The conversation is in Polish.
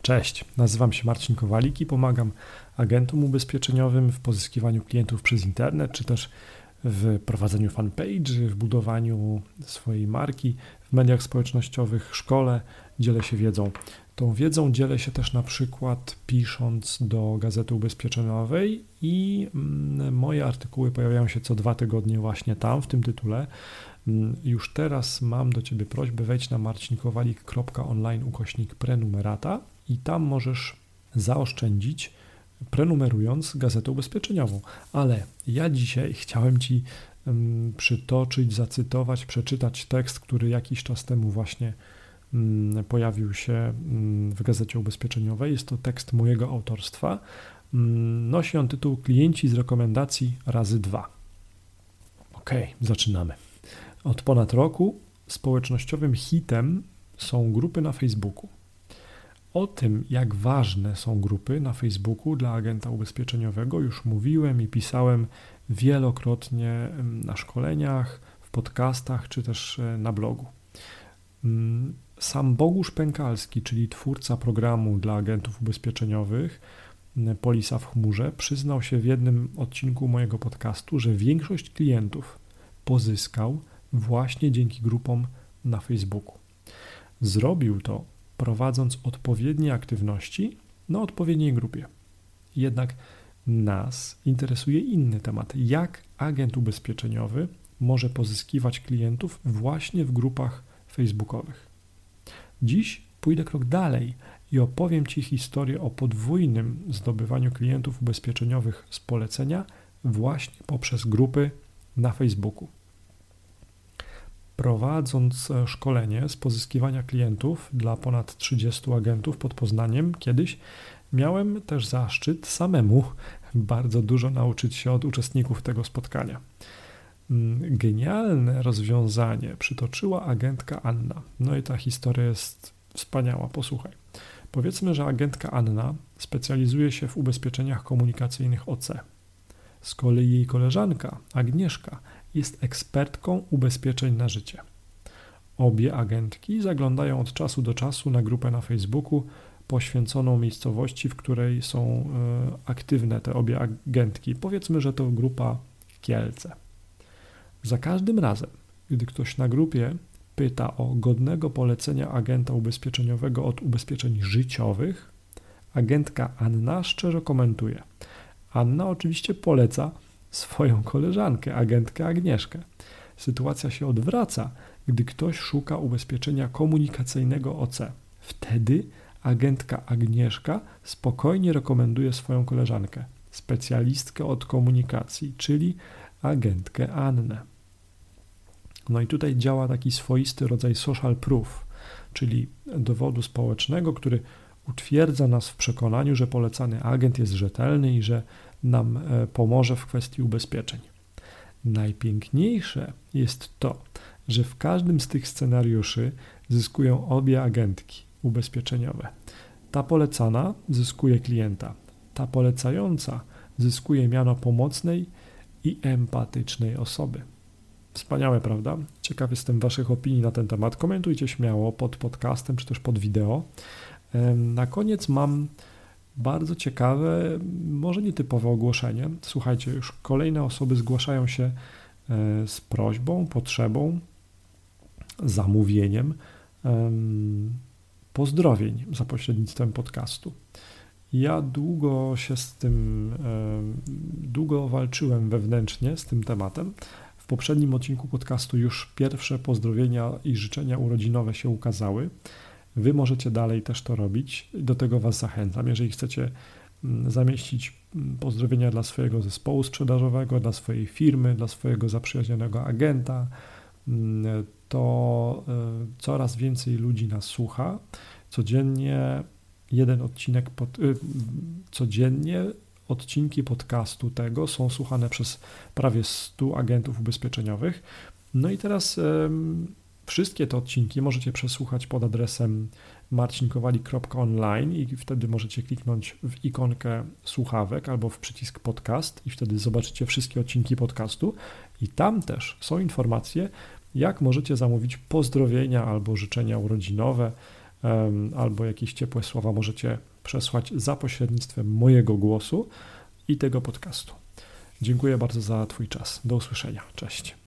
Cześć, nazywam się Marcin Kowalik i pomagam agentom ubezpieczeniowym w pozyskiwaniu klientów przez internet, czy też w prowadzeniu fanpage, w budowaniu swojej marki, w mediach społecznościowych, szkole, dzielę się wiedzą. Tą wiedzą dzielę się też na przykład pisząc do Gazety Ubezpieczeniowej i moje artykuły pojawiają się co 2 tygodnie właśnie tam, w tym tytule. Już teraz mam do Ciebie prośbę, wejdź na marcinkowalik.online/prenumerata i tam możesz zaoszczędzić, prenumerując Gazetę Ubezpieczeniową. Ale ja dzisiaj chciałem Ci przytoczyć, zacytować, przeczytać tekst, który jakiś czas temu właśnie pojawił się w Gazecie Ubezpieczeniowej. Jest to tekst mojego autorstwa. Nosi on tytuł Klienci z rekomendacji razy 2. Okej, zaczynamy. Od ponad roku społecznościowym hitem są grupy na Facebooku. O tym, jak ważne są grupy na Facebooku dla agenta ubezpieczeniowego, już mówiłem i pisałem wielokrotnie na szkoleniach, w podcastach czy też na blogu. Sam Bogusz Pękalski, czyli twórca programu dla agentów ubezpieczeniowych Polisa w chmurze, przyznał się w jednym odcinku mojego podcastu, że większość klientów pozyskał właśnie dzięki grupom na Facebooku. Zrobił to prowadząc odpowiednie aktywności na odpowiedniej grupie. Jednak nas interesuje inny temat. Jak agent ubezpieczeniowy może pozyskiwać klientów właśnie w grupach facebookowych? Dziś pójdę krok dalej i opowiem Ci historię o podwójnym zdobywaniu klientów ubezpieczeniowych z polecenia właśnie poprzez grupy na Facebooku. Prowadząc szkolenie z pozyskiwania klientów dla ponad 30 agentów pod Poznaniem, kiedyś miałem też zaszczyt samemu bardzo dużo nauczyć się od uczestników tego spotkania. Genialne rozwiązanie przytoczyła agentka Anna. No i ta historia jest wspaniała, posłuchaj. Powiedzmy, że agentka Anna specjalizuje się w ubezpieczeniach komunikacyjnych OC. Z kolei jej koleżanka Agnieszka jest ekspertką ubezpieczeń na życie. Obie agentki zaglądają od czasu do czasu na grupę na Facebooku poświęconą miejscowości, w której są aktywne te obie agentki. Powiedzmy, że to grupa Kielce. Za każdym razem, gdy ktoś na grupie pyta o godnego polecenia agenta ubezpieczeniowego od ubezpieczeń życiowych, agentka Anna szczerze komentuje. Anna oczywiście poleca swoją koleżankę, agentkę Agnieszkę. Sytuacja się odwraca, gdy ktoś szuka ubezpieczenia komunikacyjnego OC. Wtedy agentka Agnieszka spokojnie rekomenduje swoją koleżankę, specjalistkę od komunikacji, czyli agentkę Annę. No i tutaj działa taki swoisty rodzaj social proof, czyli dowodu społecznego, który utwierdza nas w przekonaniu, że polecany agent jest rzetelny i że nam pomoże w kwestii ubezpieczeń. Najpiękniejsze jest to, że w każdym z tych scenariuszy zyskują obie agentki ubezpieczeniowe. Ta polecana zyskuje klienta, ta polecająca zyskuje miano pomocnej i empatycznej osoby. Wspaniałe, prawda? Ciekaw jestem Waszych opinii na ten temat. Komentujcie śmiało pod podcastem czy też pod wideo. Na koniec mam bardzo ciekawe, może nietypowe ogłoszenie. Słuchajcie, już kolejne osoby zgłaszają się z prośbą, potrzebą, zamówieniem pozdrowień za pośrednictwem podcastu. Ja długo walczyłem wewnętrznie z tym tematem. W poprzednim odcinku podcastu już pierwsze pozdrowienia i życzenia urodzinowe się ukazały. Wy możecie dalej też to robić. Do tego Was zachęcam. Jeżeli chcecie zamieścić pozdrowienia dla swojego zespołu sprzedażowego, dla swojej firmy, dla swojego zaprzyjaźnionego agenta, to coraz więcej ludzi nas słucha. Codziennie odcinki podcastu tego są słuchane przez prawie 100 agentów ubezpieczeniowych. No i teraz wszystkie te odcinki możecie przesłuchać pod adresem marcinkowalik.online i wtedy możecie kliknąć w ikonkę słuchawek albo w przycisk podcast i wtedy zobaczycie wszystkie odcinki podcastu i tam też są informacje, jak możecie zamówić pozdrowienia albo życzenia urodzinowe albo jakieś ciepłe słowa możecie przesłać za pośrednictwem mojego głosu i tego podcastu. Dziękuję bardzo za Twój czas. Do usłyszenia. Cześć.